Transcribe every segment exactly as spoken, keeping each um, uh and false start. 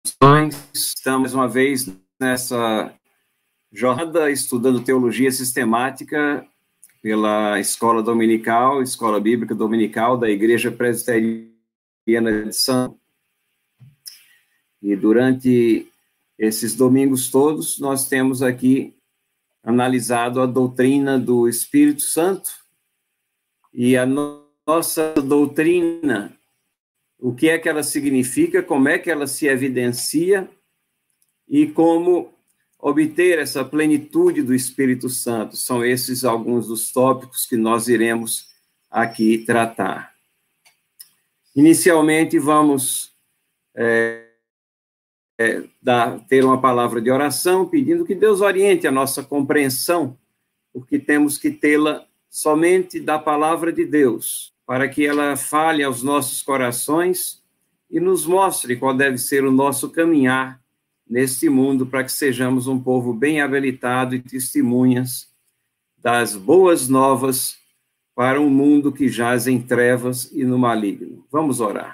Estamos mais uma vez nessa jornada estudando teologia sistemática pela Escola Dominical, Escola Bíblica Dominical da Igreja Presbiteriana de São Paulo. E durante esses domingos todos, nós temos aqui analisado a doutrina do Espírito Santo e a no- nossa doutrina, o que é que ela significa, como é que ela se evidencia e como obter essa plenitude do Espírito Santo. São esses alguns dos tópicos que nós iremos aqui tratar. Inicialmente, vamos é, é, dar, ter uma palavra de oração, pedindo que Deus oriente a nossa compreensão, porque temos que tê-la somente da palavra de Deus, para que ela fale aos nossos corações e nos mostre qual deve ser o nosso caminhar neste mundo, para que sejamos um povo bem habilitado e testemunhas das boas novas para um mundo que jaz em trevas e no maligno. Vamos orar.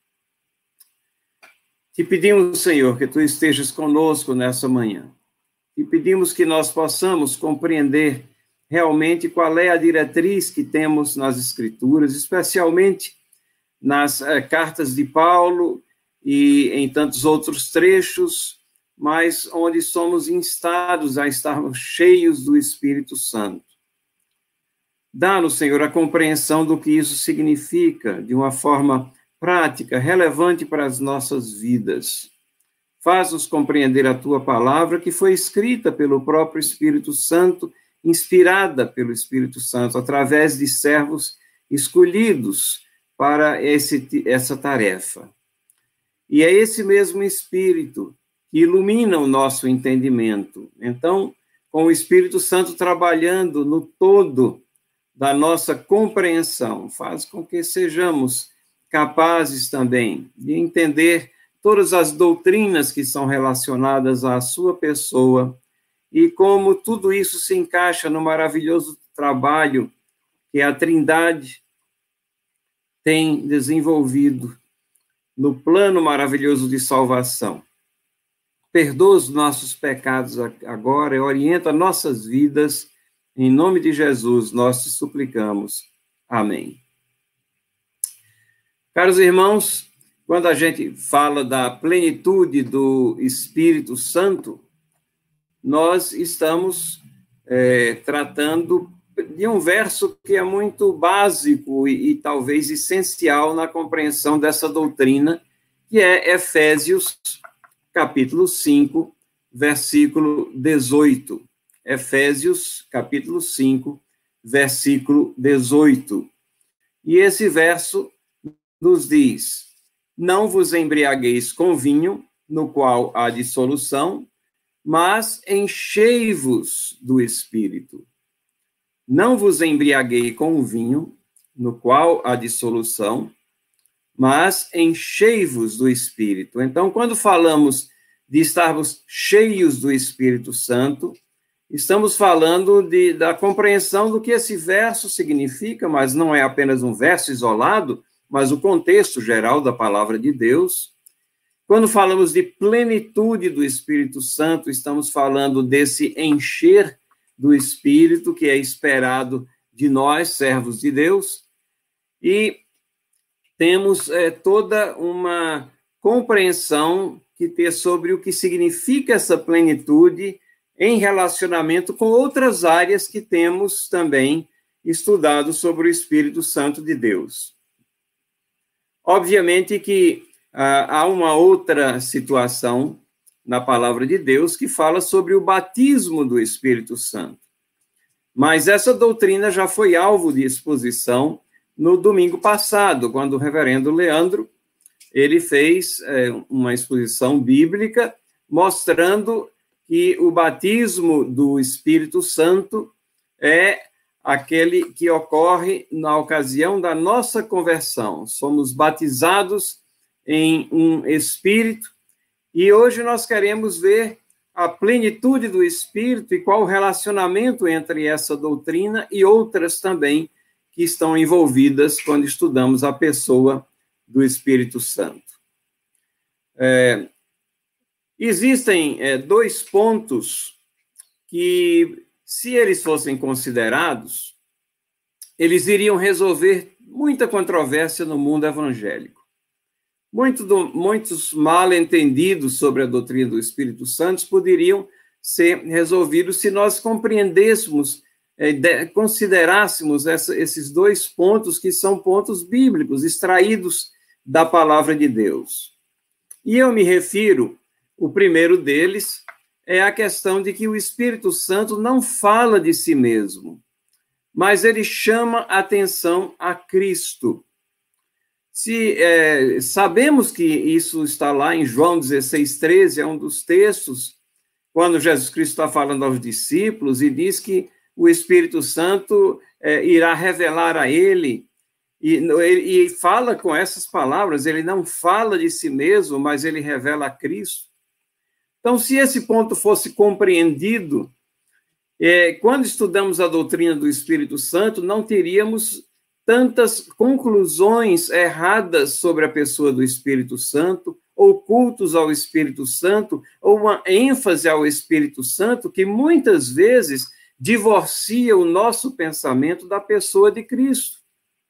Te pedimos, Senhor, que Tu estejas conosco nessa manhã. E pedimos que nós possamos compreender realmente qual é a diretriz que temos nas Escrituras, especialmente nas eh, cartas de Paulo e em tantos outros trechos, mas onde somos instados a estarmos cheios do Espírito Santo. Dá-nos, Senhor, a compreensão do que isso significa, de uma forma prática, relevante para as nossas vidas. Faz-nos compreender a Tua palavra, que foi escrita pelo próprio Espírito Santo, inspirada pelo Espírito Santo, através de servos escolhidos para esse, essa tarefa. E é esse mesmo Espírito que ilumina o nosso entendimento. Então, com o Espírito Santo trabalhando no todo da nossa compreensão, faz com que sejamos capazes também de entender todas as doutrinas que são relacionadas à sua pessoa e como tudo isso se encaixa no maravilhoso trabalho que a Trindade tem desenvolvido no plano maravilhoso de salvação. Perdoa os nossos pecados agora e orienta nossas vidas. Em nome de Jesus, nós te suplicamos. Amém. Caros irmãos, quando a gente fala da plenitude do Espírito Santo, nós estamos é, tratando de um verso que é muito básico e, e talvez essencial na compreensão dessa doutrina, que é Efésios, capítulo cinco, versículo dezoito. Efésios, capítulo cinco, versículo dezoito. E esse verso nos diz: não vos embriagueis com vinho, no qual há dissolução, mas enchei-vos do Espírito. Não vos embriaguei com o vinho, no qual há dissolução, mas enchei-vos do Espírito. Então, quando falamos de estarmos cheios do Espírito Santo, estamos falando de, da compreensão do que esse verso significa, mas não é apenas um verso isolado, mas o contexto geral da palavra de Deus. Quando falamos de plenitude do Espírito Santo, estamos falando desse encher do Espírito que é esperado de nós, servos de Deus, e temos é, toda uma compreensão que ter sobre o que significa essa plenitude em relacionamento com outras áreas que temos também estudado sobre o Espírito Santo de Deus. Obviamente que ah, há uma outra situação na palavra de Deus que fala sobre o batismo do Espírito Santo. Mas essa doutrina já foi alvo de exposição no domingo passado, quando o reverendo Leandro, ele fez é, uma exposição bíblica mostrando que o batismo do Espírito Santo é aquele que ocorre na ocasião da nossa conversão. Somos batizados em um Espírito e hoje nós queremos ver a plenitude do Espírito e qual o relacionamento entre essa doutrina e outras também que estão envolvidas quando estudamos a pessoa do Espírito Santo. É, Existem é, dois pontos que, se eles fossem considerados, eles iriam resolver muita controvérsia no mundo evangélico. Muito do, muitos mal-entendidos sobre a doutrina do Espírito Santo poderiam ser resolvidos se nós compreendêssemos, eh, de, considerássemos essa, esses dois pontos que são pontos bíblicos, extraídos da palavra de Deus. E eu me refiro, o primeiro deles é a questão de que o Espírito Santo não fala de si mesmo, mas ele chama atenção a Cristo. Se, é, sabemos que isso está lá em João dezesseis, treze, é um dos textos, quando Jesus Cristo está falando aos discípulos e diz que o Espírito Santo é, irá revelar a ele, e, e fala com essas palavras, ele não fala de si mesmo, mas ele revela a Cristo. Então, se esse ponto fosse compreendido, é, quando estudamos a doutrina do Espírito Santo, não teríamos tantas conclusões erradas sobre a pessoa do Espírito Santo, ou cultos ao Espírito Santo, ou uma ênfase ao Espírito Santo, que muitas vezes divorcia o nosso pensamento da pessoa de Cristo.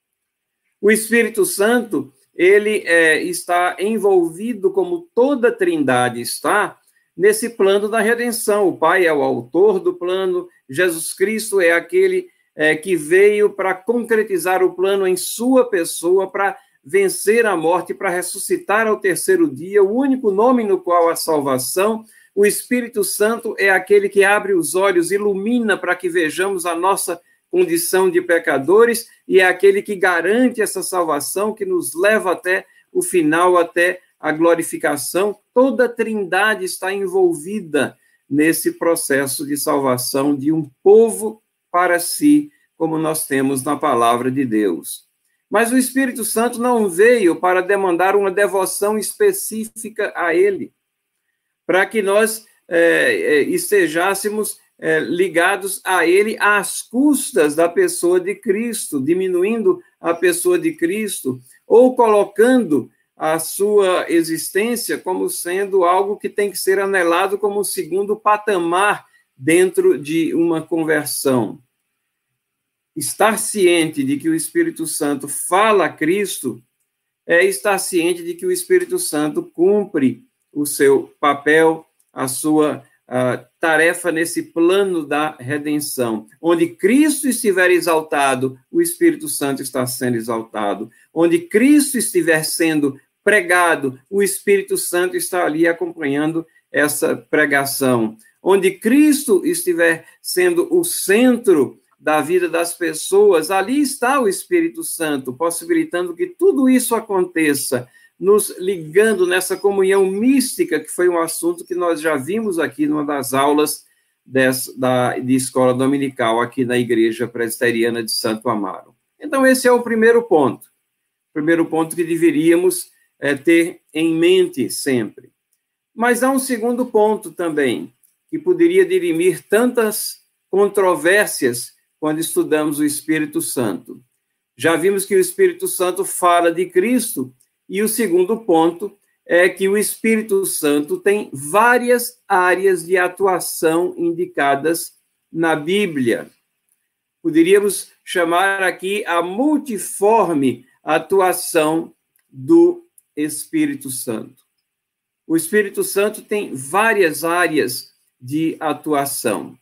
O Espírito Santo, ele é, está envolvido, como toda a Trindade está, nesse plano da redenção. O Pai é o autor do plano, Jesus Cristo é aquele é, que veio para concretizar o plano em sua pessoa, para vencer a morte, para ressuscitar ao terceiro dia, o único nome no qual há salvação. O Espírito Santo é aquele que abre os olhos, ilumina para que vejamos a nossa condição de pecadores, e é aquele que garante essa salvação, que nos leva até o final, até a glorificação. Toda a Trindade está envolvida nesse processo de salvação de um povo para si, como nós temos na palavra de Deus. Mas o Espírito Santo não veio para demandar uma devoção específica a ele, para que nós é, estejássemos é, ligados a ele às custas da pessoa de Cristo, diminuindo a pessoa de Cristo, ou colocando a sua existência como sendo algo que tem que ser anelado como o segundo patamar dentro de uma conversão. Estar ciente de que o Espírito Santo fala a Cristo é estar ciente de que o Espírito Santo cumpre o seu papel, a sua a tarefa nesse plano da redenção. Onde Cristo estiver exaltado, o Espírito Santo está sendo exaltado. Onde Cristo estiver sendo pregado, o Espírito Santo está ali acompanhando essa pregação. Onde Cristo estiver sendo o centro da vida das pessoas, ali está o Espírito Santo, possibilitando que tudo isso aconteça, nos ligando nessa comunhão mística, que foi um assunto que nós já vimos aqui numa das aulas dessa, da, de escola dominical, aqui na Igreja Presbiteriana de Santo Amaro. Então, esse é o primeiro ponto. O primeiro ponto que deveríamos é, ter em mente sempre. Mas há um segundo ponto também, que poderia dirimir tantas controvérsias quando estudamos o Espírito Santo. Já vimos que o Espírito Santo fala de Cristo, e o segundo ponto é que o Espírito Santo tem várias áreas de atuação indicadas na Bíblia. Poderíamos chamar aqui a multiforme atuação do Espírito Santo. O Espírito Santo tem várias áreas de atuação.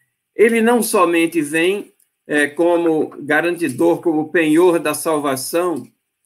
Ele não somente vem é, como garantidor, como penhor da salvação,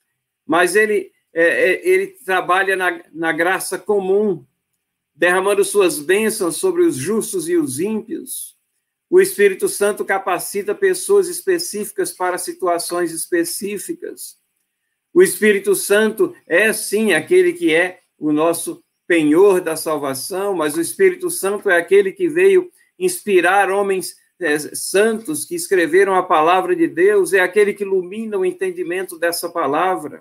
mas ele É, ele trabalha na, na graça comum, derramando suas bênçãos sobre os justos e os ímpios. O Espírito Santo capacita pessoas específicas para situações específicas. O Espírito Santo é, sim, aquele que é o nosso penhor da salvação, mas o Espírito Santo é aquele que veio inspirar homens é, santos que escreveram a palavra de Deus, é aquele que ilumina o entendimento dessa palavra.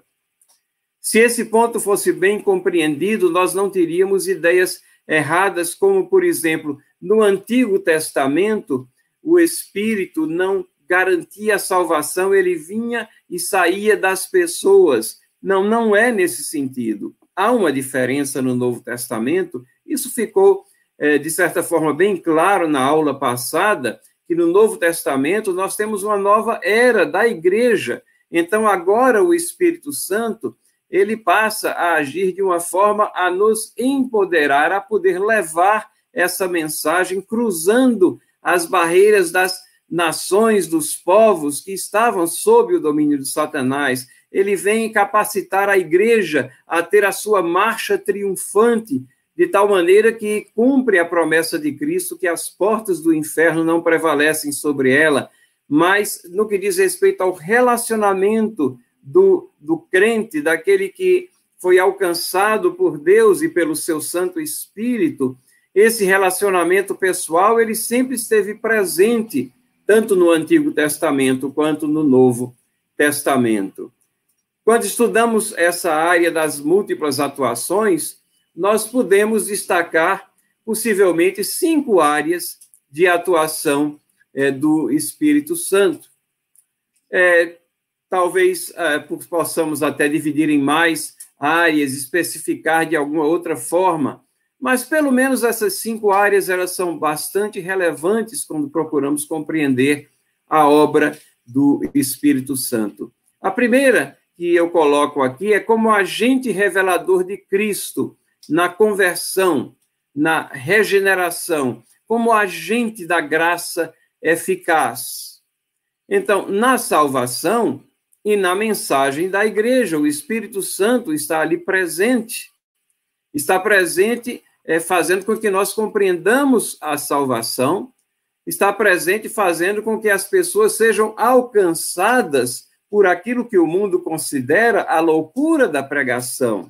Se esse ponto fosse bem compreendido, nós não teríamos ideias erradas, como, por exemplo, no Antigo Testamento, o Espírito não garantia a salvação, ele vinha e saía das pessoas. Não, não é nesse sentido. há uma diferença no Novo Testamento. Isso ficou, é, de certa forma, bem claro na aula passada, que no Novo Testamento nós temos uma nova era da igreja. Então, agora o Espírito Santo, ele passa a agir de uma forma a nos empoderar, a poder levar essa mensagem cruzando as barreiras das nações, dos povos que estavam sob o domínio de Satanás. Ele vem capacitar a igreja a ter a sua marcha triunfante, de tal maneira que cumpre a promessa de Cristo que as portas do inferno não prevalecem sobre ela. Mas, no que diz respeito ao relacionamento do, do crente, daquele que foi alcançado por Deus e pelo seu Santo Espírito, esse relacionamento pessoal, ele sempre esteve presente, tanto no Antigo Testamento quanto no Novo Testamento. Quando estudamos essa área das múltiplas atuações, nós podemos destacar, possivelmente, cinco áreas de atuação é, do Espírito Santo. É, talvez é, possamos até dividir em mais áreas, especificar de alguma outra forma, mas, pelo menos, essas cinco áreas elas são bastante relevantes quando procuramos compreender a obra do Espírito Santo. A primeira que eu coloco aqui é como agente revelador de Cristo na conversão, na regeneração, como agente da graça eficaz. Então, na salvação e na mensagem da igreja, o Espírito Santo está ali presente, está presente é, fazendo com que nós compreendamos a salvação, está presente fazendo com que as pessoas sejam alcançadas por aquilo que o mundo considera a loucura da pregação.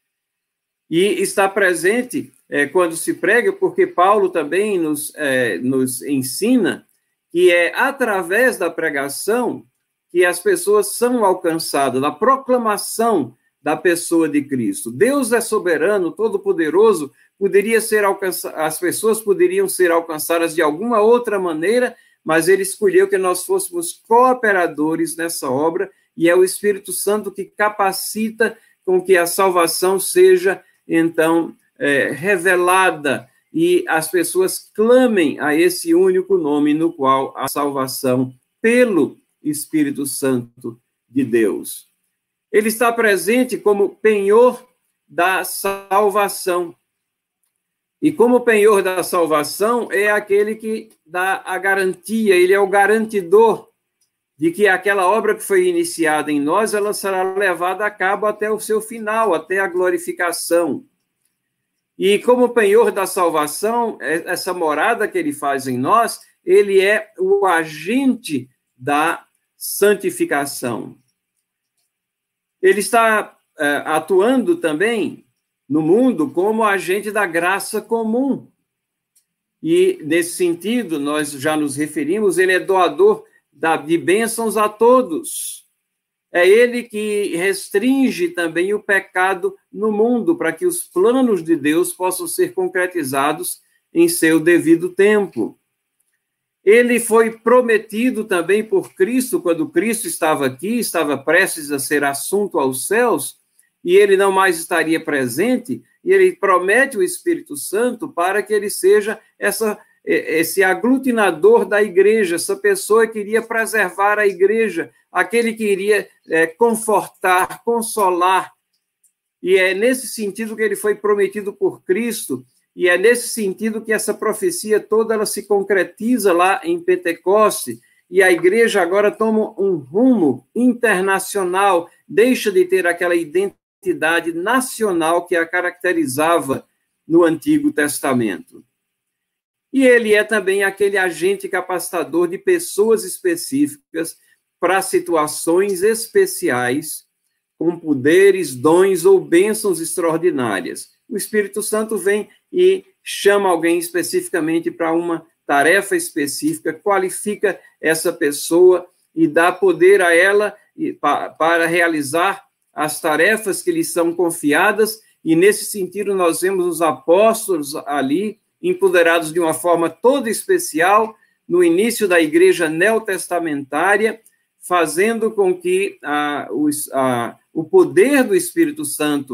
E está presente é, quando se prega, porque Paulo também nos, é, nos ensina que é através da pregação que as pessoas são alcançadas, da proclamação da pessoa de Cristo. Deus é soberano, todo-poderoso, poderia ser alcançado, as pessoas poderiam ser alcançadas de alguma outra maneira, mas ele escolheu que nós fôssemos cooperadores nessa obra, e é o Espírito Santo que capacita com que a salvação seja, então, é, revelada, e as pessoas clamem a esse único nome no qual a salvação, pelo Espírito Santo de Deus. Ele está presente como penhor da salvação. E como penhor da salvação é aquele que dá a garantia, ele é o garantidor de que aquela obra que foi iniciada em nós, ela será levada a cabo até o seu final, até a glorificação. E como penhor da salvação, essa morada que ele faz em nós, ele é o agente da santificação. Ele está é, atuando também no mundo como agente da graça comum. E, nesse sentido, nós já nos referimos, ele é doador da, de bênçãos a todos. É ele que restringe também o pecado no mundo, para que os planos de Deus possam ser concretizados em seu devido tempo. Ele foi prometido também por Cristo, quando Cristo estava aqui, estava prestes a ser assunto aos céus, e ele não mais estaria presente, e ele promete o Espírito Santo para que ele seja essa, esse aglutinador da igreja, essa pessoa que iria preservar a igreja, aquele que iria é, confortar, consolar. E é nesse sentido que ele foi prometido por Cristo, e é nesse sentido que essa profecia toda ela se concretiza lá em Pentecoste, e a igreja agora toma um rumo internacional, deixa de ter aquela identidade nacional que a caracterizava no Antigo Testamento. E ele é também aquele agente capacitador de pessoas específicas para situações especiais, com poderes, dons ou bênçãos extraordinárias. O Espírito Santo vem e chama alguém especificamente para uma tarefa específica, qualifica essa pessoa e dá poder a ela para realizar as tarefas que lhe são confiadas, e nesse sentido nós vemos os apóstolos ali, empoderados de uma forma toda especial, no início da igreja neotestamentária, fazendo com que a, os, a, o poder do Espírito Santo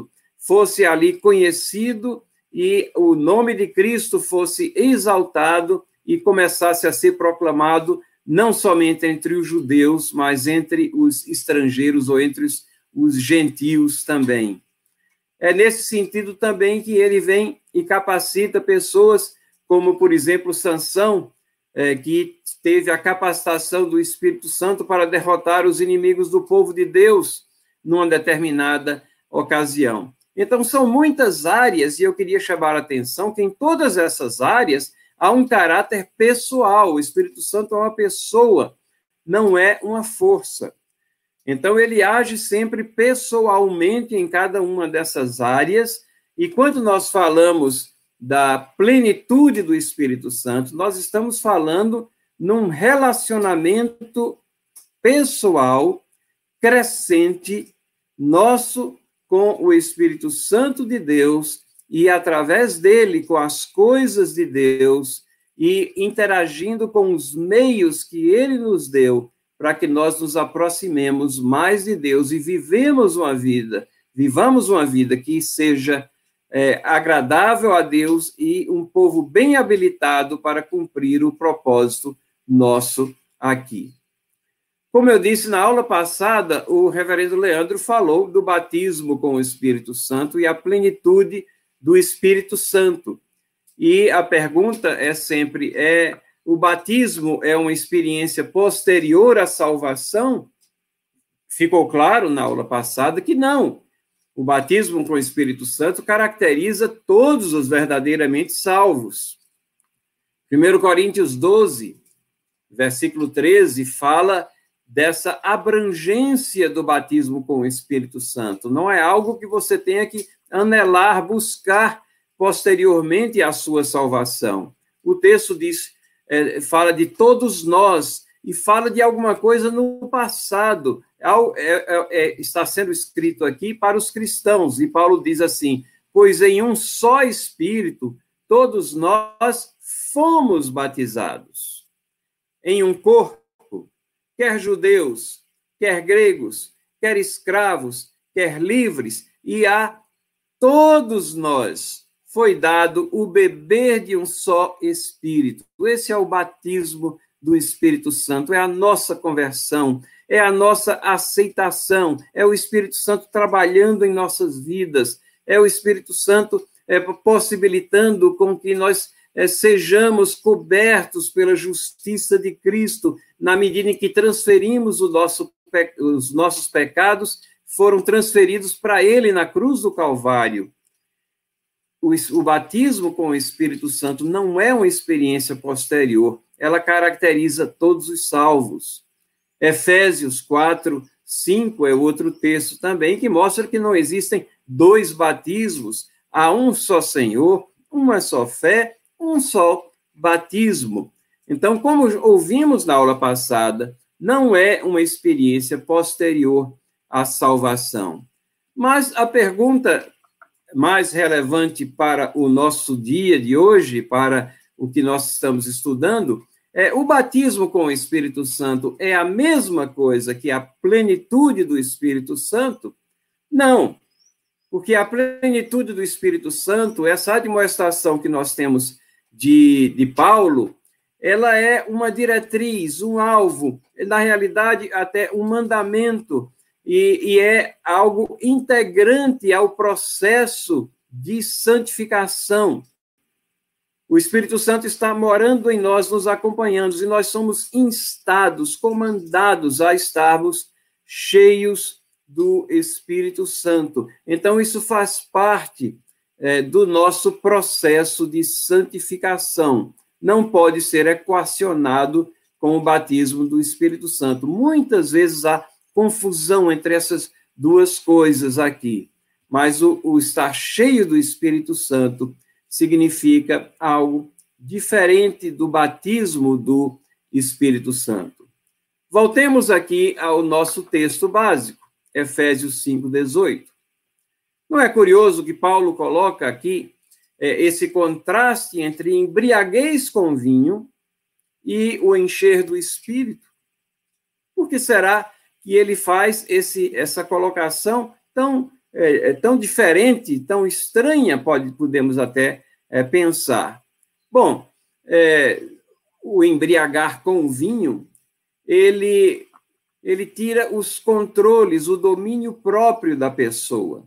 fosse ali conhecido e o nome de Cristo fosse exaltado e começasse a ser proclamado não somente entre os judeus, mas entre os estrangeiros ou entre os, os gentios também. É nesse sentido também que ele vem e capacita pessoas como, por exemplo, Sansão, é, que teve a capacitação do Espírito Santo para derrotar os inimigos do povo de Deus numa determinada ocasião. Então, são muitas áreas, e eu queria chamar a atenção que em todas essas áreas há um caráter pessoal. O Espírito Santo é uma pessoa, não é uma força. Então, ele age sempre pessoalmente em cada uma dessas áreas, e quando nós falamos da plenitude do Espírito Santo, nós estamos falando num relacionamento pessoal crescente nosso com o Espírito Santo de Deus e, através dele, com as coisas de Deus e interagindo com os meios que ele nos deu para que nós nos aproximemos mais de Deus e vivemos uma vida, vivamos uma vida que seja é, agradável a Deus e um povo bem habilitado para cumprir o propósito nosso aqui. Como eu disse na aula passada, o reverendo Leandro falou do batismo com o Espírito Santo e a plenitude do Espírito Santo. E a pergunta é sempre, é, o batismo é uma experiência posterior à salvação? Ficou claro na aula passada que não. O batismo com o Espírito Santo caracteriza todos os verdadeiramente salvos. primeiro Coríntios doze, versículo treze, fala dessa abrangência do batismo com o Espírito Santo. Não é algo que você tenha que anelar, buscar posteriormente à sua salvação. O texto diz, é, fala de todos nós e fala de alguma coisa no passado. É, é, é, está sendo escrito aqui para os cristãos, e Paulo diz assim, pois em um só Espírito todos nós fomos batizados, em um corpo, quer judeus, quer gregos, quer escravos, quer livres, e a todos nós foi dado o beber de um só Espírito. Esse é o batismo do Espírito Santo, é a nossa conversão, é a nossa aceitação, é o Espírito Santo trabalhando em nossas vidas, é o Espírito Santo é, possibilitando com que nós é, sejamos cobertos pela justiça de Cristo, na medida em que transferimos o nosso, os nossos pecados, foram transferidos para Ele na cruz do Calvário. O, o batismo com o Espírito Santo não é uma experiência posterior, ela caracteriza todos os salvos. Efésios quatro, cinco é outro texto também que mostra que não existem dois batismos, há um só Senhor, uma só fé, um só batismo. Então, como ouvimos na aula passada, não é uma experiência posterior à salvação. Mas a pergunta mais relevante para o nosso dia de hoje, para o que nós estamos estudando, é o batismo com o Espírito Santo é a mesma coisa que a plenitude do Espírito Santo? Não, porque a plenitude do Espírito Santo, essa admoestação que nós temos de, de Paulo, ela é uma diretriz, um alvo, na realidade, até um mandamento, e, e é algo integrante ao processo de santificação. O Espírito Santo está morando em nós, nos acompanhando, e nós somos instados, comandados a estarmos cheios do Espírito Santo. Então, isso faz parte é, do nosso processo de santificação. Não pode ser equacionado com o batismo do Espírito Santo. Muitas vezes há confusão entre essas duas coisas aqui, mas o, o estar cheio do Espírito Santo significa algo diferente do batismo do Espírito Santo. Voltemos aqui ao nosso texto básico, Efésios cinco, dezoito. Não é curioso que Paulo coloca aqui é, esse contraste entre embriaguez com vinho e o encher do Espírito? Por que será que ele faz esse, essa colocação tão é, é tão diferente, tão estranha, pode, podemos até é, pensar. Bom, é, o embriagar com vinho, ele, ele tira os controles, o domínio próprio da pessoa.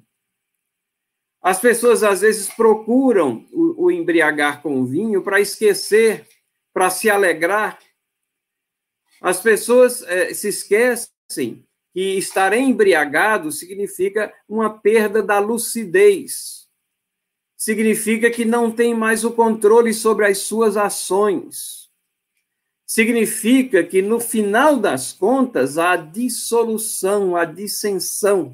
As pessoas, às vezes, procuram o, o embriagar com vinho para esquecer, para se alegrar. As pessoas é, se esquecem que estar embriagado significa uma perda da lucidez. Significa que não tem mais o controle sobre as suas ações. Significa que, no final das contas, há dissolução, há dissensão.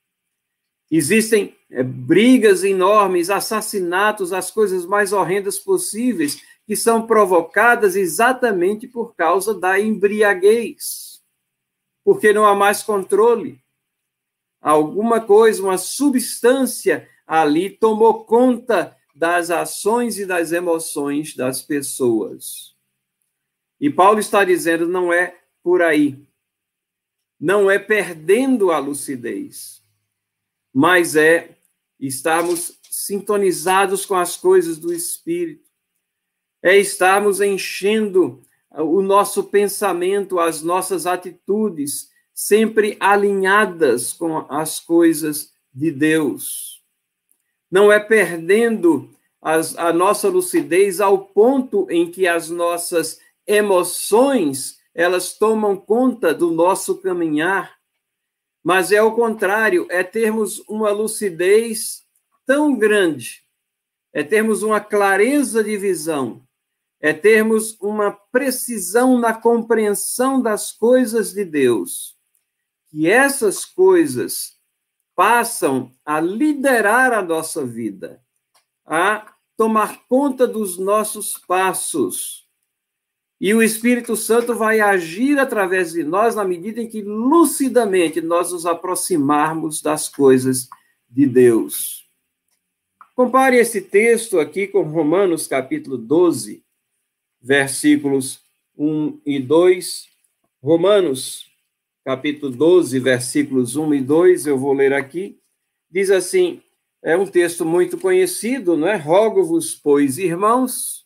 Existem é, brigas enormes, assassinatos, as coisas mais horrendas possíveis, que são provocadas exatamente por causa da embriaguez, porque não há mais controle. Alguma coisa, uma substância ali tomou conta das ações e das emoções das pessoas. E Paulo está dizendo, não é por aí. Não é perdendo a lucidez, mas é estarmos sintonizados com as coisas do Espírito, é estarmos enchendo o nosso pensamento, as nossas atitudes, sempre alinhadas com as coisas de Deus. Não é perdendo as, a nossa lucidez ao ponto em que as nossas emoções, elas tomam conta do nosso caminhar, mas é ao contrário, é termos uma lucidez tão grande, é termos uma clareza de visão, é termos uma precisão na compreensão das coisas de Deus, que essas coisas passam a liderar a nossa vida, a tomar conta dos nossos passos. E o Espírito Santo vai agir através de nós na medida em que lucidamente nós nos aproximarmos das coisas de Deus. Compare esse texto aqui com Romanos capítulo doze, versículos um e dois. Romanos capítulo doze, versículos um e dois, eu vou ler aqui. Diz assim, é um texto muito conhecido, não é? Rogo-vos, pois, irmãos,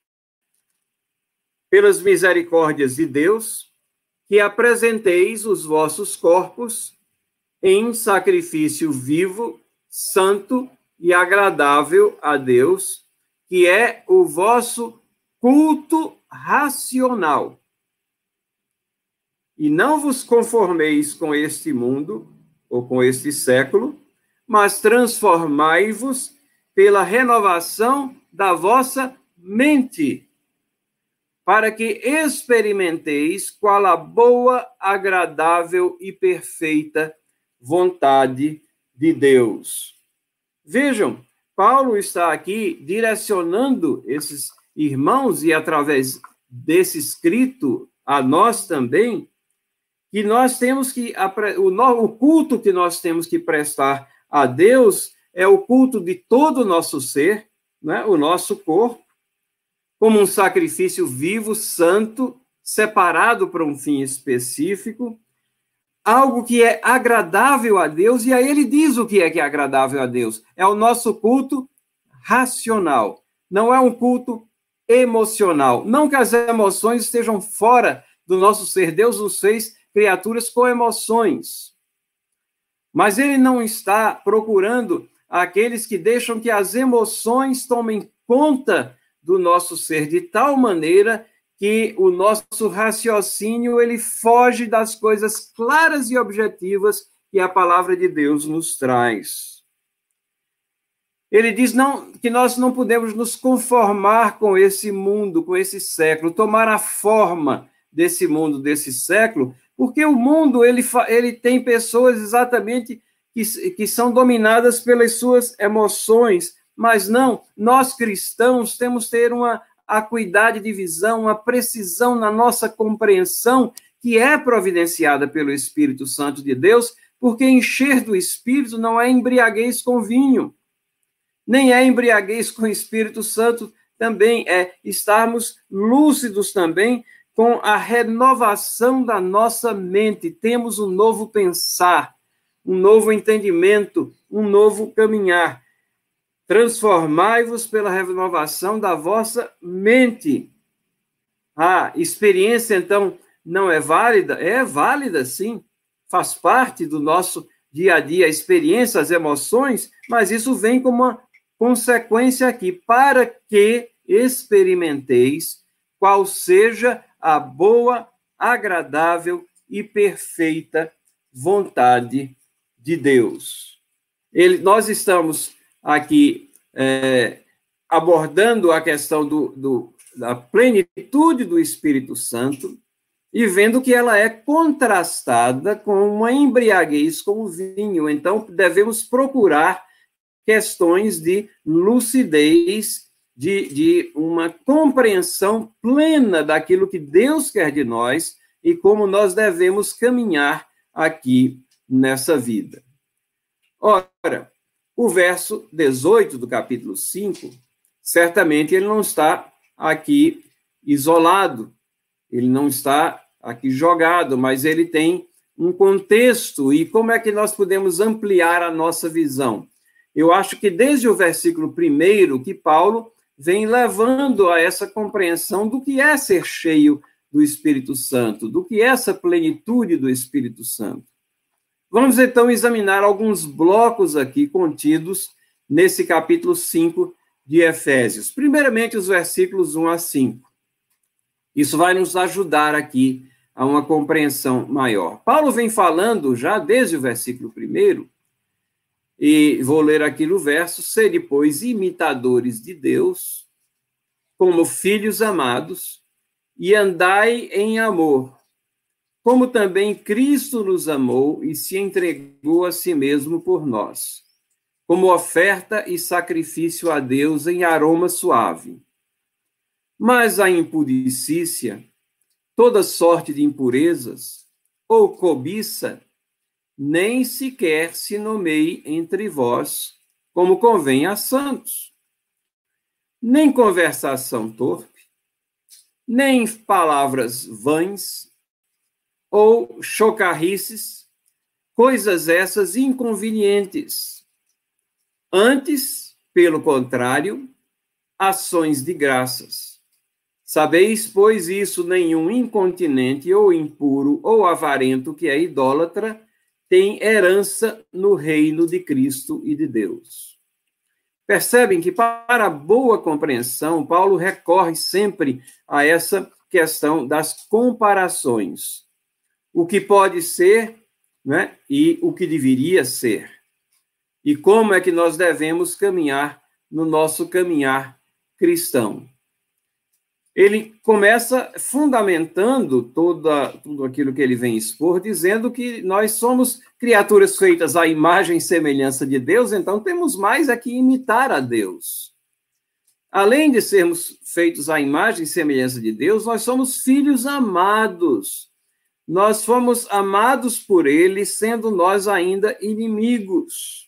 pelas misericórdias de Deus, que apresenteis os vossos corpos em sacrifício vivo, santo e agradável a Deus, que é o vosso culto racional. E não vos conformeis com este mundo, ou com este século, mas transformai-vos pela renovação da vossa mente, para que experimenteis qual a boa, agradável e perfeita vontade de Deus. Vejam, Paulo está aqui direcionando esses irmãos, e através desse escrito a nós também, que nós temos que, o culto que nós temos que prestar a Deus é o culto de todo o nosso ser, né? O nosso corpo, como um sacrifício vivo, santo, separado para um fim específico, algo que é agradável a Deus, e aí ele diz o que é que é agradável a Deus. É o nosso culto racional, não é um culto emocional. Não que as emoções estejam fora do nosso ser. Deus nos fez criaturas com emoções. Mas ele não está procurando aqueles que deixam que as emoções tomem conta do nosso ser de tal maneira que o nosso raciocínio ele foge das coisas claras e objetivas que a palavra de Deus nos traz. Ele diz não, que nós não podemos nos conformar com esse mundo, com esse século, tomar a forma desse mundo, desse século, porque o mundo ele, ele tem pessoas exatamente que, que são dominadas pelas suas emoções, mas não, nós cristãos temos que ter uma acuidade de visão, uma precisão na nossa compreensão que é providenciada pelo Espírito Santo de Deus, porque encher do Espírito não é embriaguez com vinho, nem é embriaguez com o Espírito Santo, também é estarmos lúcidos também com a renovação da nossa mente, temos um novo pensar, um novo entendimento, um novo caminhar. Transformai-vos pela renovação da vossa mente. A experiência, então, não é válida? É válida, sim. Faz parte do nosso dia a dia, a experiência, as emoções, mas isso vem como uma consequência aqui, para que experimenteis qual seja a boa, agradável e perfeita vontade de Deus. Ele, nós estamos aqui é, abordando a questão do, do, da plenitude do Espírito Santo e vendo que ela é contrastada com uma embriaguez com o vinho. Então, devemos procurar questões de lucidez, de, de uma compreensão plena daquilo que Deus quer de nós e como nós devemos caminhar aqui nessa vida. Ora, o verso dezoito do capítulo cinco, certamente ele não está aqui isolado, ele não está aqui jogado, mas ele tem um contexto. E como é que nós podemos ampliar a nossa visão? Eu acho que desde o versículo primeiro que Paulo vem levando a essa compreensão do que é ser cheio do Espírito Santo, do que é essa plenitude do Espírito Santo. Vamos, então, examinar alguns blocos aqui contidos nesse capítulo cinco de Efésios. Primeiramente, os versículos um a cinco. Isso vai nos ajudar aqui a uma compreensão maior. Paulo vem falando, já desde o versículo primeiro, e vou ler aqui no verso: sede, pois, imitadores de Deus, como filhos amados, e andai em amor, como também Cristo nos amou e se entregou a si mesmo por nós, como oferta e sacrifício a Deus em aroma suave. Mas a impudicícia, toda sorte de impurezas, ou cobiça, nem sequer se nomeie entre vós, como convém a santos. Nem conversação torpe, nem palavras vãs, ou chocarrices, coisas essas inconvenientes. Antes, pelo contrário, ações de graças. Sabeis, pois, isso, nenhum incontinente, ou impuro, ou avarento, que é idólatra, tem herança no reino de Cristo e de Deus. Percebem que, para a boa compreensão, Paulo recorre sempre a essa questão das comparações. O que pode ser, né, e o que deveria ser. E como é que nós devemos caminhar no nosso caminhar cristão. Ele começa fundamentando toda, tudo aquilo que ele vem expor, dizendo que nós somos criaturas feitas à imagem e semelhança de Deus, então temos mais é que imitar a Deus. Além de sermos feitos à imagem e semelhança de Deus, nós somos filhos amados. Nós fomos amados por Ele, sendo nós ainda inimigos.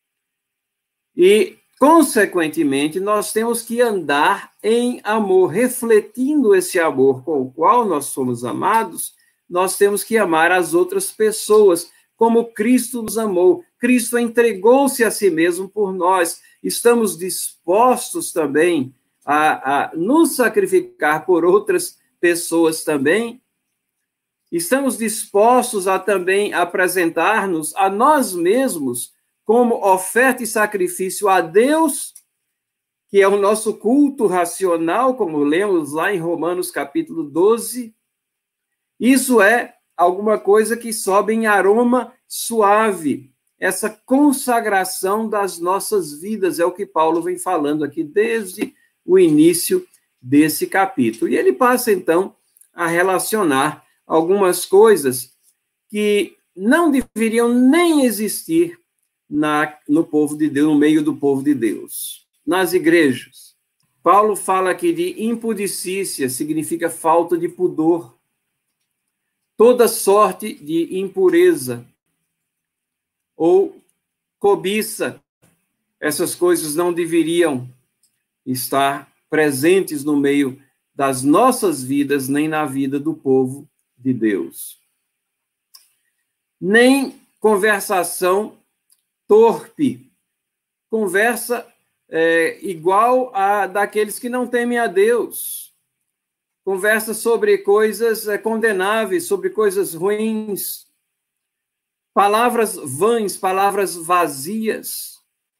E, consequentemente, nós temos que andar em amor, refletindo esse amor com o qual nós somos amados. Nós temos que amar as outras pessoas, como Cristo nos amou. Cristo entregou-se a si mesmo por nós. Estamos dispostos também a, a nos sacrificar por outras pessoas também. Estamos dispostos a também apresentar-nos a nós mesmos como oferta e sacrifício a Deus, que é o nosso culto racional, como lemos lá em Romanos capítulo doze. Isso é alguma coisa que sobe em aroma suave. Essa consagração das nossas vidas é o que Paulo vem falando aqui desde o início desse capítulo. E ele passa, então, a relacionar algumas coisas que não deveriam nem existir na, no povo de Deus, no meio do povo de Deus, nas igrejas. Paulo fala aqui de impudicícia, significa falta de pudor. Toda sorte de impureza ou cobiça, essas coisas não deveriam estar presentes no meio das nossas vidas, nem na vida do povo de Deus. Nem conversação torpe, conversa é, igual a daqueles que não temem a Deus, conversa sobre coisas é, condenáveis, sobre coisas ruins, palavras vãs, palavras vazias.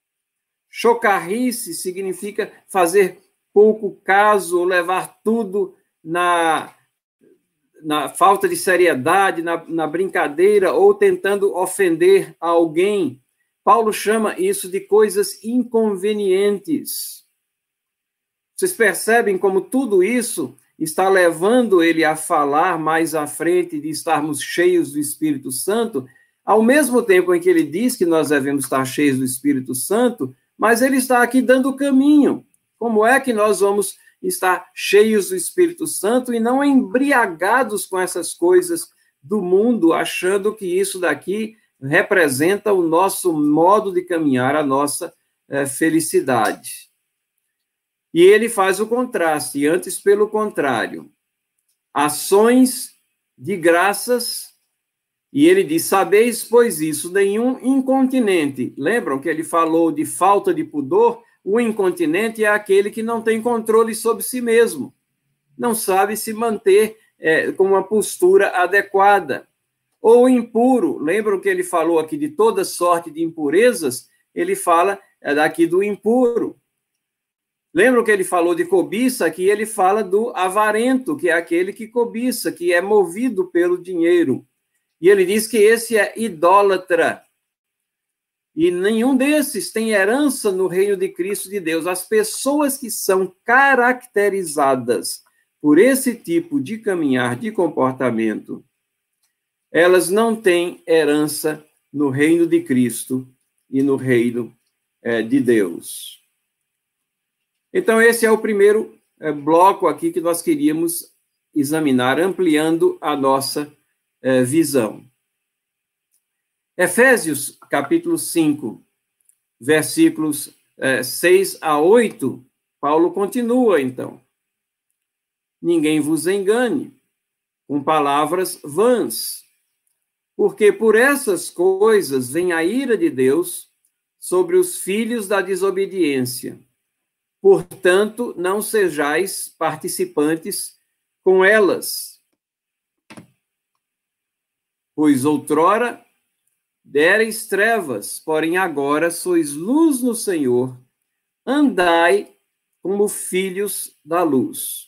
Chocarrice significa fazer pouco caso, ou levar tudo na, na falta de seriedade, na, na brincadeira, ou tentando ofender alguém. Paulo chama isso de coisas inconvenientes. Vocês percebem como tudo isso está levando ele a falar mais à frente de estarmos cheios do Espírito Santo, ao mesmo tempo em que ele diz que nós devemos estar cheios do Espírito Santo, mas ele está aqui dando o caminho. Como é que nós vamos estar cheios do Espírito Santo e não embriagados com essas coisas do mundo, achando que isso daqui representa o nosso modo de caminhar, a nossa é, felicidade. E ele faz o contraste, antes pelo contrário, ações de graças, e ele diz, sabeis, pois isso, nenhum incontinente. Lembram que ele falou de falta de pudor? O incontinente é aquele que não tem controle sobre si mesmo, não sabe se manter é, com uma postura adequada. Ou impuro, lembram que ele falou aqui de toda sorte de impurezas? Ele fala é, daqui do impuro. Lembram que ele falou de cobiça? Aqui ele fala do avarento, que é aquele que cobiça, que é movido pelo dinheiro. E ele diz que esse é idólatra. E nenhum desses tem herança no reino de Cristo de Deus. As pessoas que são caracterizadas por esse tipo de caminhar, de comportamento, elas não têm herança no reino de Cristo e no reino é, de Deus. Então, esse é o primeiro é, bloco aqui que nós queríamos examinar, ampliando a nossa é, visão. Efésios, capítulo cinco, versículos é, seis a oito, Paulo continua, então. Ninguém vos engane com palavras vãs, porque por essas coisas vem a ira de Deus sobre os filhos da desobediência. Portanto, não sejais participantes com elas. Pois outrora dereis trevas, porém agora sois luz no Senhor. Andai como filhos da luz.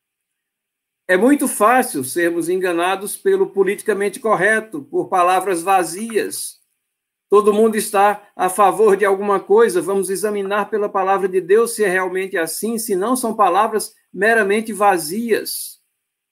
É muito fácil sermos enganados pelo politicamente correto, por palavras vazias. Todo mundo está a favor de alguma coisa, vamos examinar pela palavra de Deus se é realmente assim, se não são palavras meramente vazias.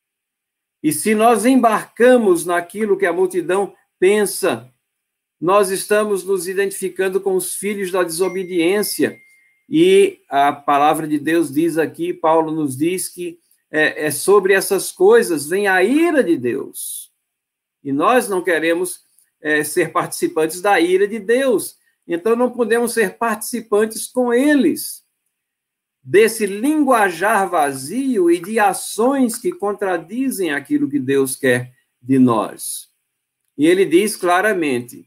E se nós embarcamos naquilo que a multidão pensa, nós estamos nos identificando com os filhos da desobediência. E a palavra de Deus diz aqui, Paulo nos diz que É, é sobre essas coisas vem a ira de Deus. E nós não queremos é, ser participantes da ira de Deus. Então, não podemos ser participantes com eles. Desse linguajar vazio e de ações que contradizem aquilo que Deus quer de nós. E ele diz claramente,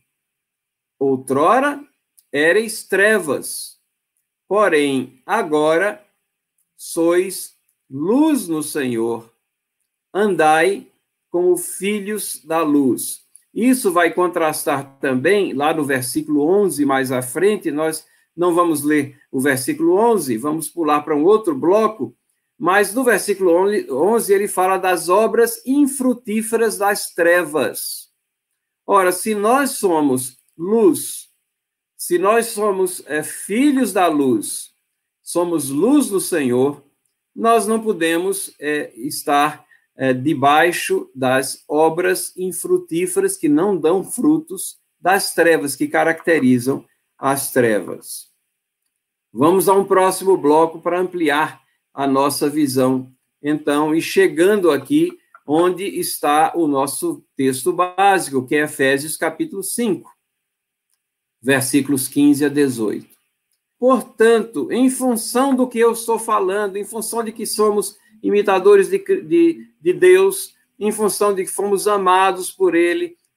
outrora ereis trevas, porém, agora sois luz no Senhor, andai como filhos da luz. Isso vai contrastar também, lá no versículo onze, mais à frente, nós não vamos ler o versículo onze, vamos pular para um outro bloco, mas no versículo onze ele fala das obras infrutíferas das trevas. Ora, se nós somos luz, se nós somos é, filhos da luz, somos luz do Senhor, nós não podemos é, estar é, debaixo das obras infrutíferas que não dão frutos das trevas, que caracterizam as trevas. Vamos a um próximo bloco para ampliar a nossa visão, então, e chegando aqui onde está o nosso texto básico, que é Efésios capítulo cinco, versículos quinze a dezoito. Portanto, em função do que eu estou falando, em função de que somos imitadores de, de, de Deus, em função de que fomos amados por Ele,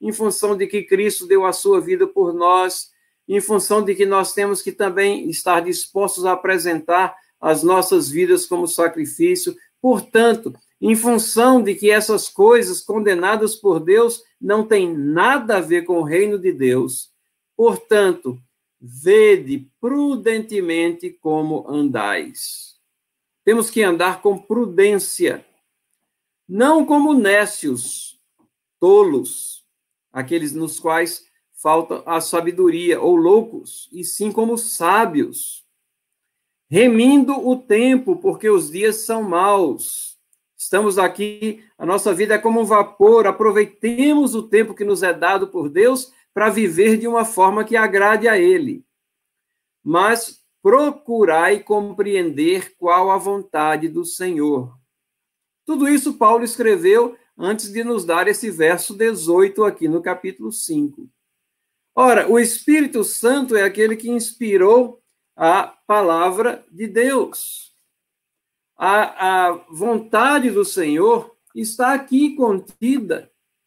em função de que Cristo deu a sua vida por nós, em função de que nós temos que também estar dispostos a apresentar as nossas vidas como sacrifício. Portanto, em função de que essas coisas condenadas por Deus não têm nada a ver com o reino de Deus, portanto, vede prudentemente como andais. Temos que andar com prudência, não como nécios, tolos, aqueles nos quais falta a sabedoria, ou loucos, e sim como sábios, remindo o tempo, porque os dias são maus. Estamos aqui, a nossa vida é como um vapor, aproveitemos o tempo que nos é dado por Deus para viver de uma forma que agrade a Ele. Mas procurai compreender qual a vontade do Senhor. Tudo isso Paulo escreveu antes de nos dar esse verso dezoito aqui no capítulo cinco. Ora, o Espírito Santo é aquele que inspirou a palavra de Deus. A, a vontade do Senhor está aqui contida.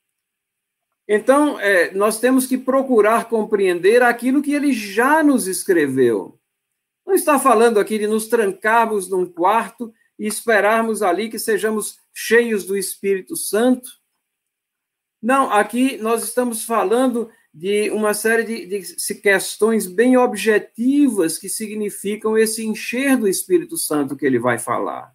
Então, é, nós temos que procurar compreender aquilo que ele já nos escreveu. Não está falando aqui de nos trancarmos num quarto e esperarmos ali que sejamos cheios do Espírito Santo. Não, aqui nós estamos falando de uma série de, de questões bem objetivas que significam esse encher do Espírito Santo que ele vai falar.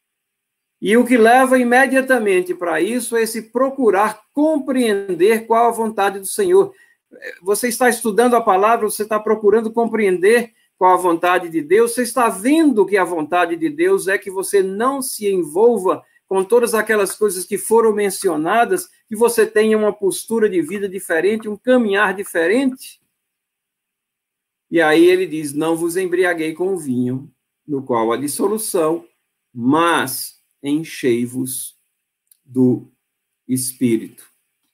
E o que leva imediatamente para isso é esse procurar compreender qual a vontade do Senhor. Você está estudando a palavra, você está procurando compreender qual a vontade de Deus, você está vendo que a vontade de Deus é que você não se envolva com todas aquelas coisas que foram mencionadas, que você tenha uma postura de vida diferente, um caminhar diferente. E aí ele diz, não vos embriaguei com o vinho, no qual há dissolução, mas enchei-vos do Espírito.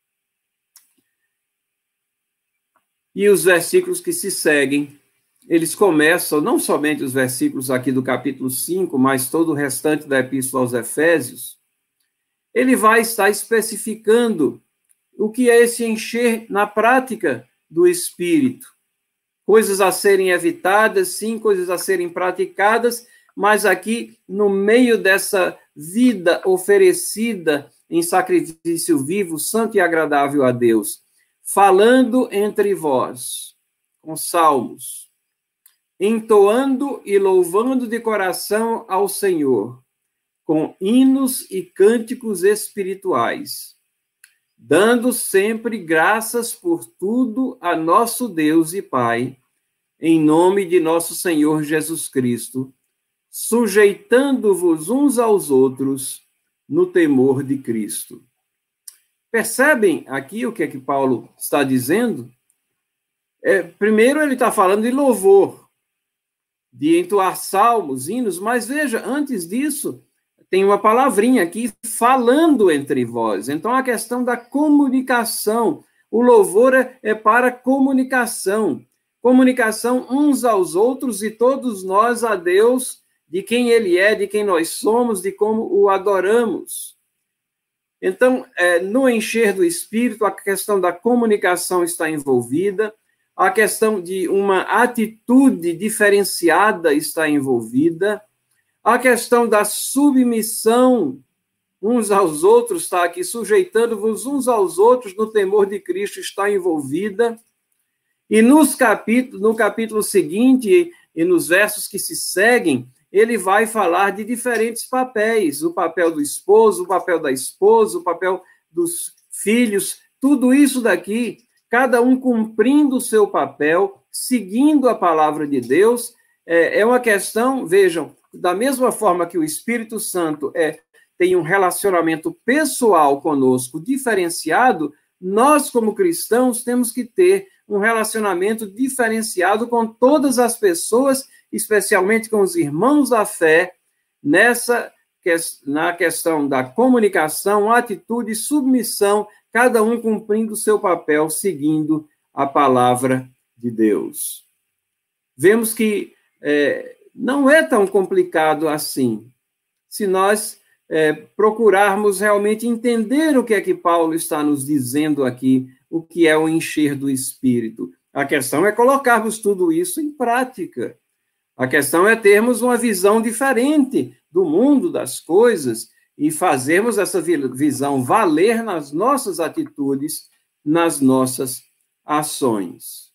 E os versículos que se seguem, eles começam, não somente os versículos aqui do capítulo cinco, mas todo o restante da Epístola aos Efésios, ele vai estar especificando o que é esse encher na prática do Espírito. Coisas a serem evitadas, sim, coisas a serem praticadas, mas aqui, no meio dessa vida oferecida em sacrifício vivo, santo e agradável a Deus, falando entre vós, com salmos, entoando e louvando de coração ao Senhor, com hinos e cânticos espirituais, dando sempre graças por tudo a nosso Deus e Pai, em nome de nosso Senhor Jesus Cristo, sujeitando-vos uns aos outros no temor de Cristo. Percebem aqui o que é que Paulo está dizendo? É, primeiro ele está falando de louvor, de entoar salmos, hinos, mas veja, antes disso, tem uma palavrinha aqui, falando entre vós. Então, a questão da comunicação. O louvor é, é para comunicação. Comunicação uns aos outros e todos nós a Deus, de quem Ele é, de quem nós somos, de como o adoramos. Então, é, no encher do Espírito, a questão da comunicação está envolvida, a questão de uma atitude diferenciada está envolvida, a questão da submissão uns aos outros está aqui, sujeitando-vos uns aos outros no temor de Cristo está envolvida, e nos capítulos, no capítulo seguinte e nos versos que se seguem, ele vai falar de diferentes papéis, o papel do esposo, o papel da esposa, o papel dos filhos, tudo isso daqui, cada um cumprindo o seu papel, seguindo a palavra de Deus, é, é uma questão, vejam, da mesma forma que o Espírito Santo é, tem um relacionamento pessoal conosco diferenciado, nós, como cristãos, temos que ter um relacionamento diferenciado com todas as pessoas, especialmente com os irmãos da fé, nessa, na questão da comunicação, atitude, submissão, cada um cumprindo o seu papel, seguindo a palavra de Deus. Vemos que é, não é tão complicado assim, se nós é, procurarmos realmente entender o que é que Paulo está nos dizendo aqui, o que é o encher do Espírito. A questão é colocarmos tudo isso em prática. A questão é termos uma visão diferente do mundo, das coisas, e fazermos essa visão valer nas nossas atitudes, nas nossas ações.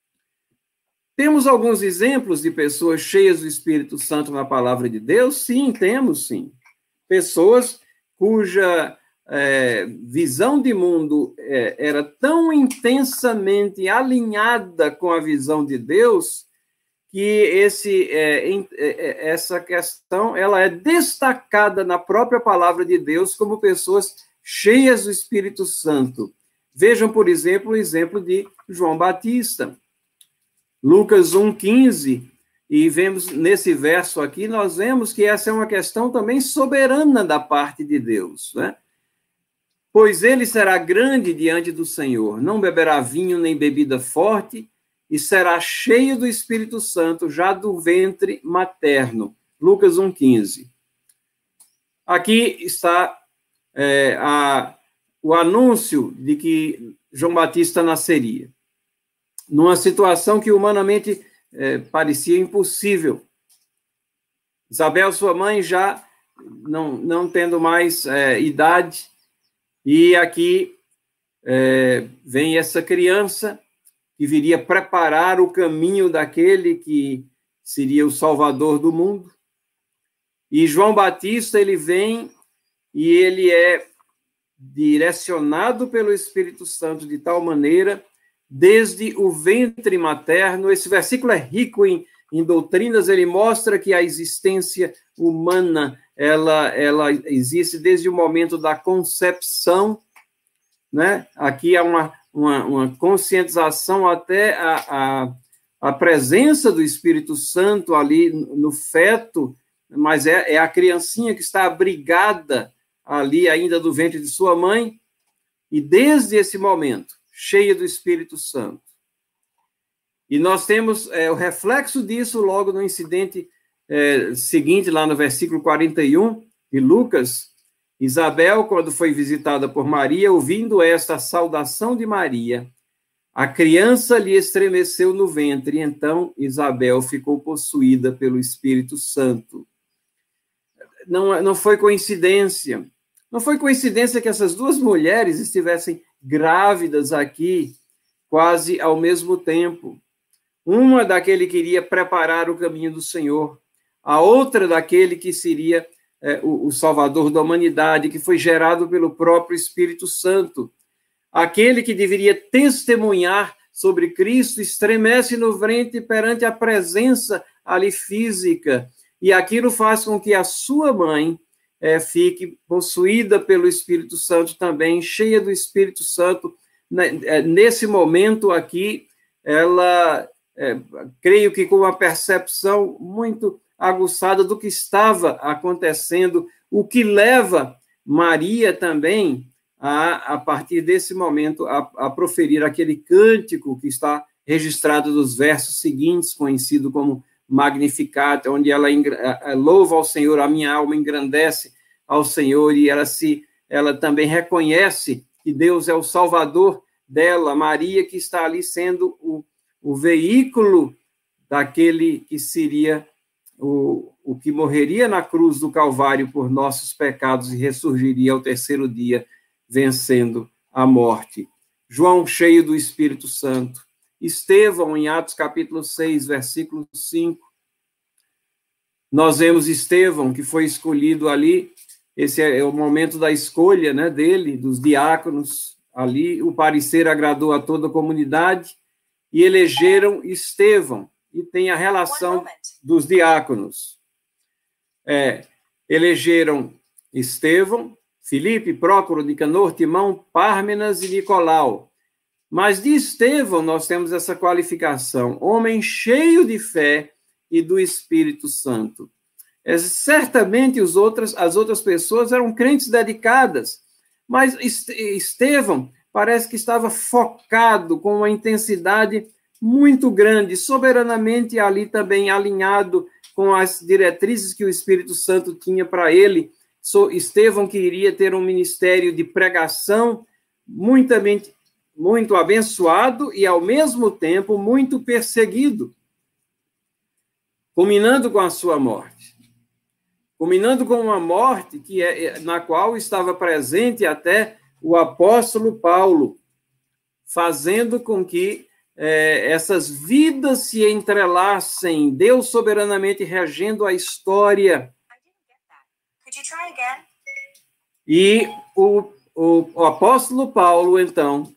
Temos alguns exemplos de pessoas cheias do Espírito Santo na palavra de Deus? Sim, temos sim. Pessoas cuja é, visão de mundo é, era tão intensamente alinhada com a visão de Deus que esse, é, é, essa questão ela é destacada na própria palavra de Deus como pessoas cheias do Espírito Santo. Vejam, por exemplo, o exemplo de João Batista. Lucas um, quinze, e vemos nesse verso aqui, nós vemos que essa é uma questão também soberana da parte de Deus, né? Pois ele será grande diante do Senhor, não beberá vinho nem bebida forte, e será cheio do Espírito Santo já do ventre materno. Lucas um, quinze. Aqui está é, a, o anúncio de que João Batista nasceria, numa situação que humanamente é, parecia impossível. Isabel, sua mãe, já não, não tendo mais é, idade, e aqui é, vem essa criança que viria preparar o caminho daquele que seria o Salvador do mundo. E João Batista, ele vem e ele é direcionado pelo Espírito Santo de tal maneira, desde o ventre materno. Esse versículo é rico em, em doutrinas, ele mostra que a existência humana, ela, ela existe desde o momento da concepção, né? Aqui há uma, uma, uma conscientização até a, a, a presença do Espírito Santo ali no feto, mas é, é a criancinha que está abrigada ali ainda do ventre de sua mãe, e desde esse momento, cheia do Espírito Santo. E nós temos é, o reflexo disso logo no incidente é, seguinte, lá no versículo quarenta e um de Lucas. Isabel, quando foi visitada por Maria, ouvindo esta saudação de Maria, a criança lhe estremeceu no ventre, e então Isabel ficou possuída pelo Espírito Santo. Não, não foi coincidência. Não foi coincidência que essas duas mulheres estivessem grávidas aqui, quase ao mesmo tempo. Uma daquele que iria preparar o caminho do Senhor, a outra daquele que seria é, o, o Salvador da humanidade, que foi gerado pelo próprio Espírito Santo. Aquele que deveria testemunhar sobre Cristo estremece no ventre perante a presença ali física, e aquilo faz com que a sua mãe é, fique possuída pelo Espírito Santo também, cheia do Espírito Santo. Nesse momento aqui, ela, é, creio que com uma percepção muito aguçada do que estava acontecendo, o que leva Maria também, a, a partir desse momento, a, a proferir aquele cântico que está registrado nos versos seguintes, conhecido como Magnificat, onde ela louva ao Senhor, a minha alma engrandece ao Senhor, e ela se ela também reconhece que Deus é o Salvador dela, Maria, que está ali sendo o, o veículo daquele que seria o, o que morreria na cruz do Calvário por nossos pecados e ressurgiria ao terceiro dia, vencendo a morte. João, cheio do Espírito Santo. Estevão, em Atos capítulo seis, versículo cinco, nós vemos Estevão, que foi escolhido ali, esse é o momento da escolha, né, dele, dos diáconos, ali o parecer agradou a toda a comunidade, e elegeram Estevão, e tem a relação dos diáconos. É, elegeram Estevão, Filipe, Prócoro, Nicanor, Timão, Pármenas e Nicolau. Mas de Estevão nós temos essa qualificação, homem cheio de fé e do Espírito Santo. É, certamente os outras, as outras pessoas eram crentes dedicadas, mas Estevão parece que estava focado com uma intensidade muito grande, soberanamente ali também alinhado com as diretrizes que o Espírito Santo tinha para ele. Estevão que iria ter um ministério de pregação muitamente muito abençoado e, ao mesmo tempo, muito perseguido, culminando com a sua morte. Culminando com uma morte que é, na qual estava presente até o apóstolo Paulo, fazendo com que é, essas vidas se entrelaçem, Deus soberanamente regendo a história. E o, o, o apóstolo Paulo, então,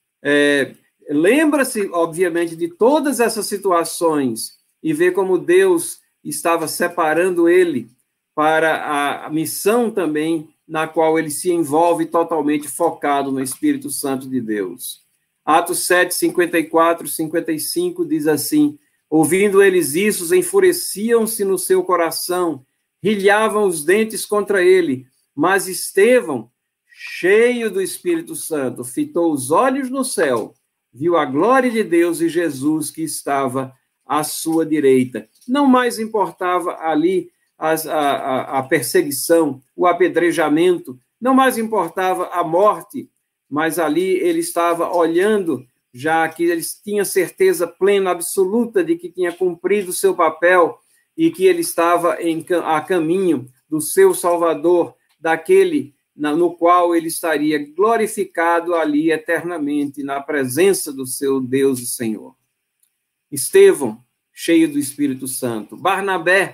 é, lembra-se, obviamente, de todas essas situações e vê como Deus estava separando ele para a, a missão também na qual ele se envolve totalmente focado no Espírito Santo de Deus. Atos sete, cinquenta e quatro, cinquenta e cinco diz assim: ouvindo eles isso, enfureciam-se no seu coração, rilhavam os dentes contra ele, mas Estevão, cheio do Espírito Santo, fitou os olhos no céu, viu a glória de Deus e Jesus que estava à sua direita. Não mais importava ali as, a, a, a perseguição, o apedrejamento, não mais importava a morte, mas ali ele estava olhando, já que ele tinha certeza plena, absoluta de que tinha cumprido o seu papel e que ele estava em, a caminho do seu Salvador, daquele no qual ele estaria glorificado ali eternamente, na presença do seu Deus e Senhor. Estevão, cheio do Espírito Santo. Barnabé,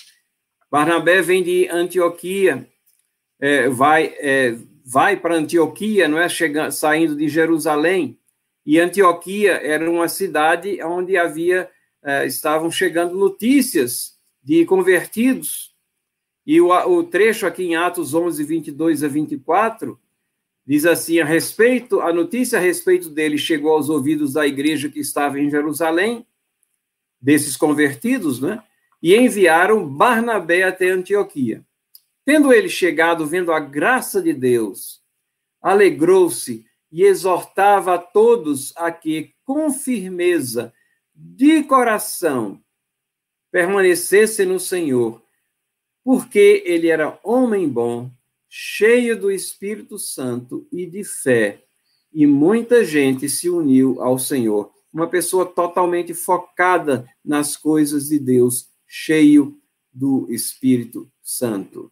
Barnabé vem de Antioquia, é, vai, é, vai para Antioquia, não é? Chegando, saindo de Jerusalém, e Antioquia era uma cidade onde havia, é, estavam chegando notícias de convertidos. E o, o trecho aqui em Atos onze, vinte e dois a vinte e quatro, diz assim: a respeito, a notícia a respeito dele chegou aos ouvidos da igreja que estava em Jerusalém, desses convertidos, né? E enviaram Barnabé até Antioquia. Tendo ele chegado, vendo a graça de Deus, alegrou-se e exortava a todos a que, com firmeza de coração, permanecessem no Senhor, porque ele era homem bom, cheio do Espírito Santo e de fé, e muita gente se uniu ao Senhor. Uma pessoa totalmente focada nas coisas de Deus, cheio do Espírito Santo.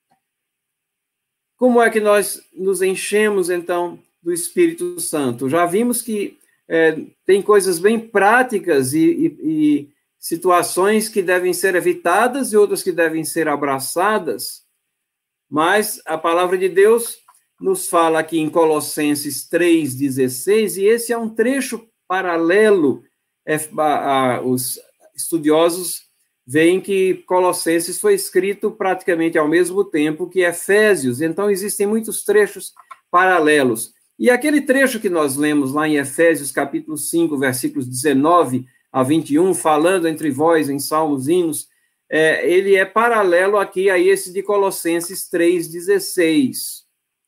Como é que nós nos enchemos, então, do Espírito Santo? Já vimos que é, tem coisas bem práticas e, e, e situações que devem ser evitadas e outras que devem ser abraçadas, mas a palavra de Deus nos fala aqui em Colossenses três, dezesseis, e esse é um trecho paralelo. É, a, a, os estudiosos veem que Colossenses foi escrito praticamente ao mesmo tempo que Efésios, então existem muitos trechos paralelos. E aquele trecho que nós lemos lá em Efésios, capítulo cinco, versículos dezenove a vinte e um, falando entre vós em salmos, hinos, é, ele é paralelo aqui a esse de Colossenses três, dezesseis.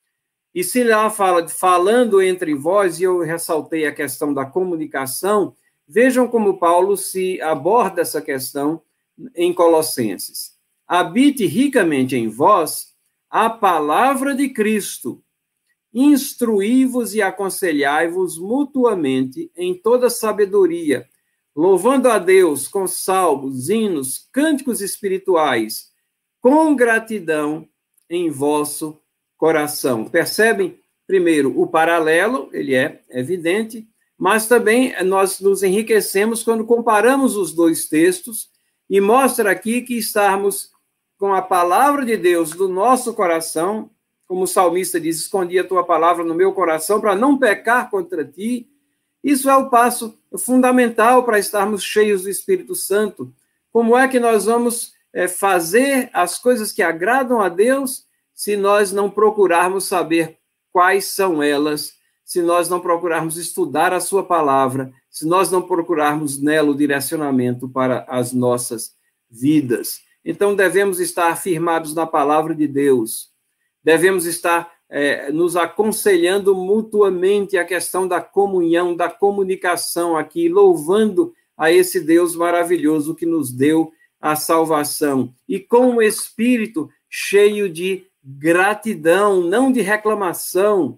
E se lá fala de falando entre vós, e eu ressaltei a questão da comunicação, vejam como Paulo se aborda essa questão em Colossenses. Habite ricamente em vós a palavra de Cristo, instruí-vos e aconselhai-vos mutuamente em toda sabedoria, louvando a Deus com salmos, hinos, cânticos espirituais, com gratidão em vosso coração. Percebem? Primeiro, o paralelo, ele é evidente, mas também nós nos enriquecemos quando comparamos os dois textos e mostra aqui que estarmos com a palavra de Deus no nosso coração, como o salmista diz, escondi a tua palavra no meu coração para não pecar contra ti. Isso é o passo fundamental para estarmos cheios do Espírito Santo. Como é que nós vamos é, fazer as coisas que agradam a Deus se nós não procurarmos saber quais são elas, se nós não procurarmos estudar a sua palavra, se nós não procurarmos nela o direcionamento para as nossas vidas? Então, devemos estar afirmados na palavra de Deus, devemos estar é, nos aconselhando mutuamente, a questão da comunhão, da comunicação aqui, louvando a esse Deus maravilhoso que nos deu a salvação, e com o espírito cheio de gratidão, não de reclamação,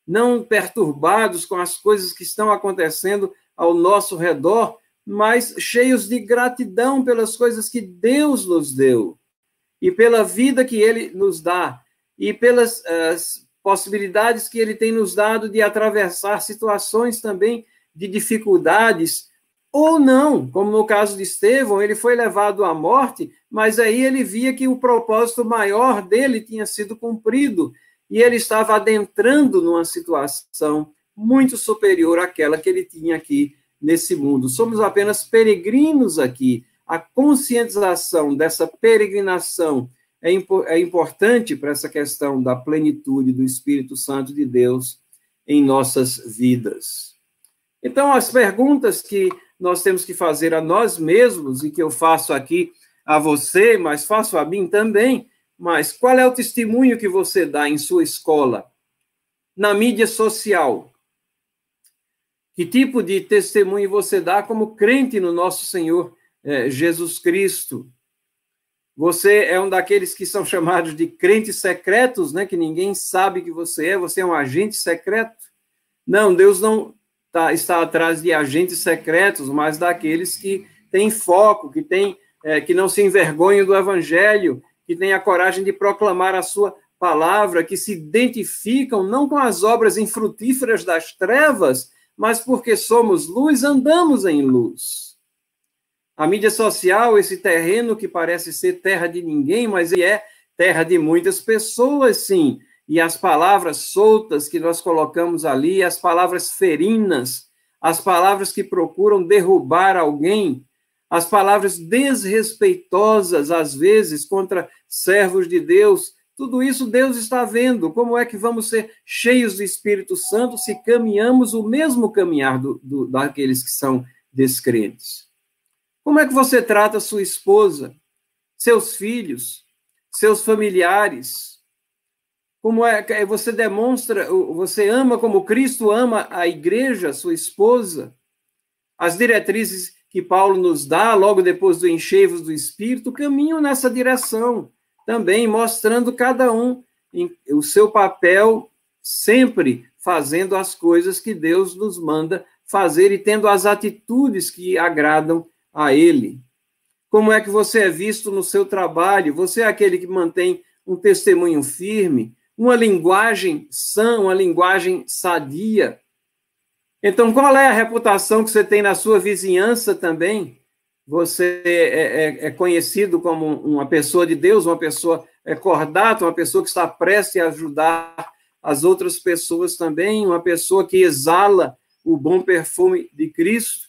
não perturbados com as coisas que estão acontecendo ao nosso redor, mas cheios de gratidão pelas coisas que Deus nos deu e pela vida que Ele nos dá e pelas as possibilidades que Ele tem nos dado de atravessar situações também de dificuldades, ou não, como no caso de Estevão, ele foi levado à morte, mas aí ele via que o propósito maior dele tinha sido cumprido, e ele estava adentrando numa situação muito superior àquela que ele tinha aqui nesse mundo. Somos apenas peregrinos aqui. A conscientização dessa peregrinação é, impo- é importante para essa questão da plenitude do Espírito Santo de Deus em nossas vidas. Então, as perguntas que nós temos que fazer a nós mesmos, e que eu faço aqui a você, mas faço a mim também, mas qual é o testemunho que você dá em sua escola, na mídia social? Que tipo de testemunho você dá como crente no nosso Senhor eh, Jesus Cristo? Você é um daqueles que são chamados de crentes secretos, né? Que ninguém sabe que você é, você é um agente secreto? Não, Deus não tá, está atrás de agentes secretos, mas daqueles que têm foco, que, têm, é, que não se envergonham do Evangelho, que têm a coragem de proclamar a sua palavra, que se identificam não com as obras infrutíferas das trevas, mas porque somos luz, andamos em luz. A mídia social, esse terreno que parece ser terra de ninguém, mas ele é terra de muitas pessoas, sim. E as palavras soltas que nós colocamos ali, as palavras ferinas, as palavras que procuram derrubar alguém, as palavras desrespeitosas, às vezes, contra servos de Deus, tudo isso Deus está vendo. Como é que vamos ser cheios do Espírito Santo se caminhamos o mesmo caminhar do, do, daqueles que são descrentes? Como é que você trata sua esposa, seus filhos, seus familiares? Como é que você demonstra, você ama como Cristo ama a igreja, sua esposa? As diretrizes que Paulo nos dá, logo depois do encheios do Espírito, caminham nessa direção, também mostrando cada um em, o seu papel, sempre fazendo as coisas que Deus nos manda fazer e tendo as atitudes que agradam a Ele. Como é que você é visto no seu trabalho? Você é aquele que mantém um testemunho firme, uma linguagem sã, uma linguagem sadia. Então, qual é a reputação que você tem na sua vizinhança também? Você é, é, é conhecido como uma pessoa de Deus, uma pessoa é, cordata, uma pessoa que está prestes a ajudar as outras pessoas também, uma pessoa que exala o bom perfume de Cristo?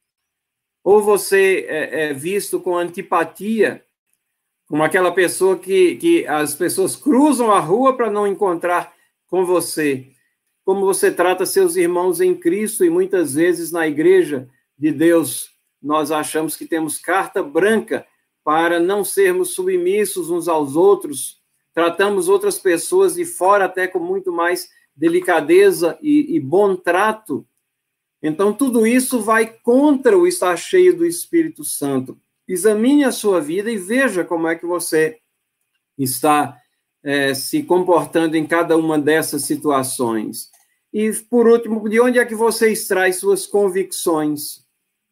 Ou você é, é visto com antipatia, como aquela pessoa que, que as pessoas cruzam a rua para não encontrar com você? Como você trata seus irmãos em Cristo, e muitas vezes na igreja de Deus nós achamos que temos carta branca para não sermos submissos uns aos outros, tratamos outras pessoas de fora até com muito mais delicadeza e, e bom trato. Então, tudo isso vai contra o estar cheio do Espírito Santo. Examine a sua vida e veja como é que você está é, se comportando em cada uma dessas situações. E, por último, de onde é que você extrai suas convicções?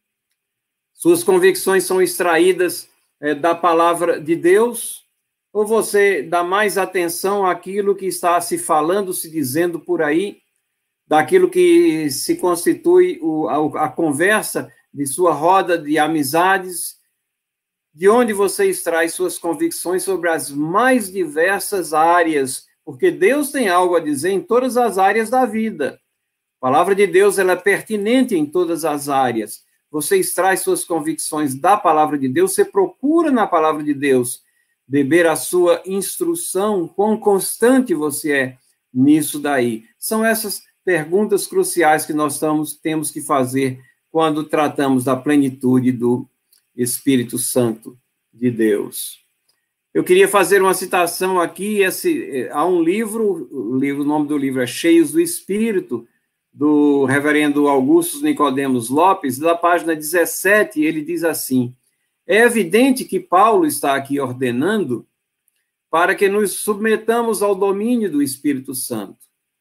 Suas convicções são extraídas é, da palavra de Deus? Ou você dá mais atenção àquilo que está se falando, se dizendo por aí, daquilo que se constitui o, a, a conversa de sua roda de amizades? De onde você extrai suas convicções sobre as mais diversas áreas? Porque Deus tem algo a dizer em todas as áreas da vida. A palavra de Deus ela é pertinente em todas as áreas. Você extrai suas convicções da palavra de Deus, você procura na palavra de Deus beber a sua instrução, quão constante você é nisso daí. São essas perguntas cruciais que nós estamos, temos que fazer quando tratamos da plenitude do Espírito Santo de Deus. Eu queria fazer uma citação aqui, esse, há um livro, o, livro, o nome do livro é Cheios do Espírito, do reverendo Augusto Nicodemos Lopes, da página dezessete, ele diz assim: é evidente que Paulo está aqui ordenando para que nos submetamos ao domínio do Espírito Santo.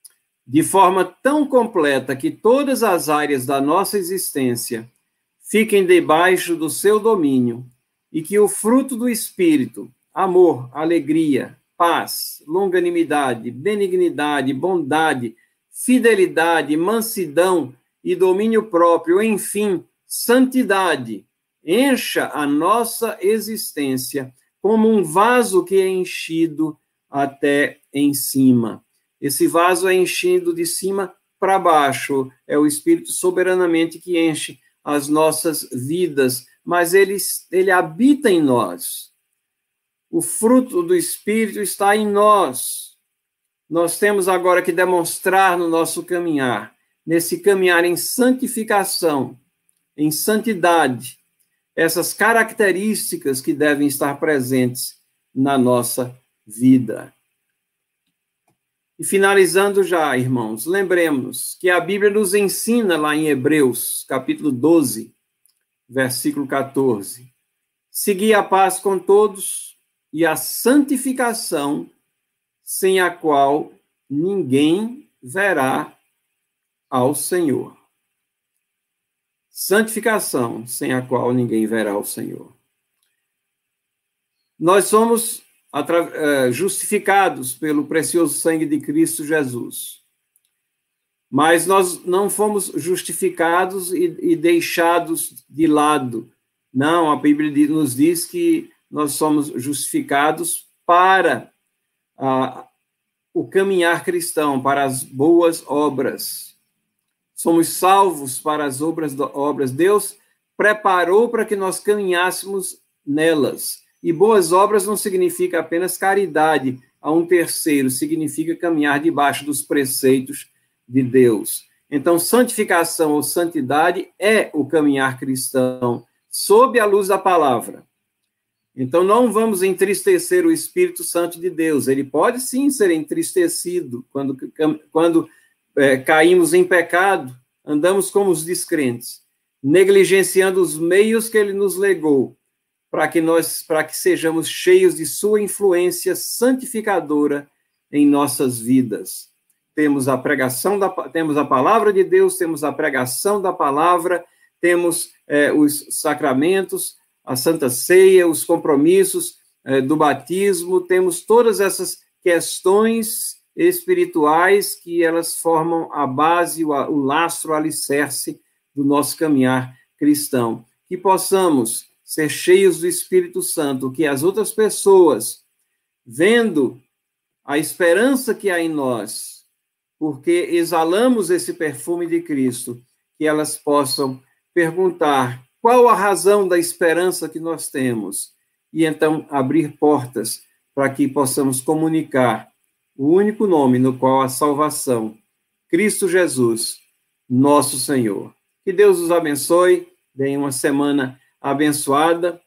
de forma tão completa que todas as áreas da nossa existência fiquem debaixo do seu domínio e que o fruto do Espírito, amor, alegria, paz, longanimidade, benignidade, bondade, fidelidade, mansidão e domínio próprio, enfim, santidade, encha a nossa existência como um vaso que é enchido até em cima. Esse vaso é enchido de cima para baixo, é o Espírito soberanamente que enche as nossas vidas, mas ele, ele habita em nós. O fruto do Espírito está em nós. Nós temos agora que demonstrar no nosso caminhar, nesse caminhar em santificação, em santidade, essas características que devem estar presentes na nossa vida. E finalizando já, irmãos, lembremos que a Bíblia nos ensina lá em Hebreus, capítulo doze, versículo quatorze, segui a paz com todos e a santificação, sem a qual ninguém verá ao Senhor. Santificação, sem a qual ninguém verá ao Senhor. Nós somos justificados pelo precioso sangue de Cristo Jesus. Mas nós não fomos justificados e, e deixados de lado. Não, a Bíblia nos diz que nós somos justificados para ah, o caminhar cristão, para as boas obras. Somos salvos para as obras, obras. Deus preparou para que nós caminhássemos nelas. E boas obras não significa apenas caridade a um terceiro, significa caminhar debaixo dos preceitos de Deus. Então, santificação ou santidade é o caminhar cristão, sob a luz da palavra. Então, não vamos entristecer o Espírito Santo de Deus. Ele pode, sim, ser entristecido quando, quando é, caímos em pecado, andamos como os descrentes, negligenciando os meios que ele nos legou, para que nós, para que sejamos cheios de sua influência santificadora em nossas vidas. Temos a pregação da, temos a palavra de Deus, temos a pregação da palavra, temos é, os sacramentos, a Santa Ceia, os compromissos é, do batismo, temos todas essas questões espirituais que elas formam a base, o, o lastro, o alicerce do nosso caminhar cristão. Que possamos ser cheios do Espírito Santo, que as outras pessoas, vendo a esperança que há em nós, porque exalamos esse perfume de Cristo, que elas possam perguntar qual a razão da esperança que nós temos, e então abrir portas para que possamos comunicar o único nome no qual há salvação, Cristo Jesus, nosso Senhor. Que Deus os abençoe, deem uma semana abençoada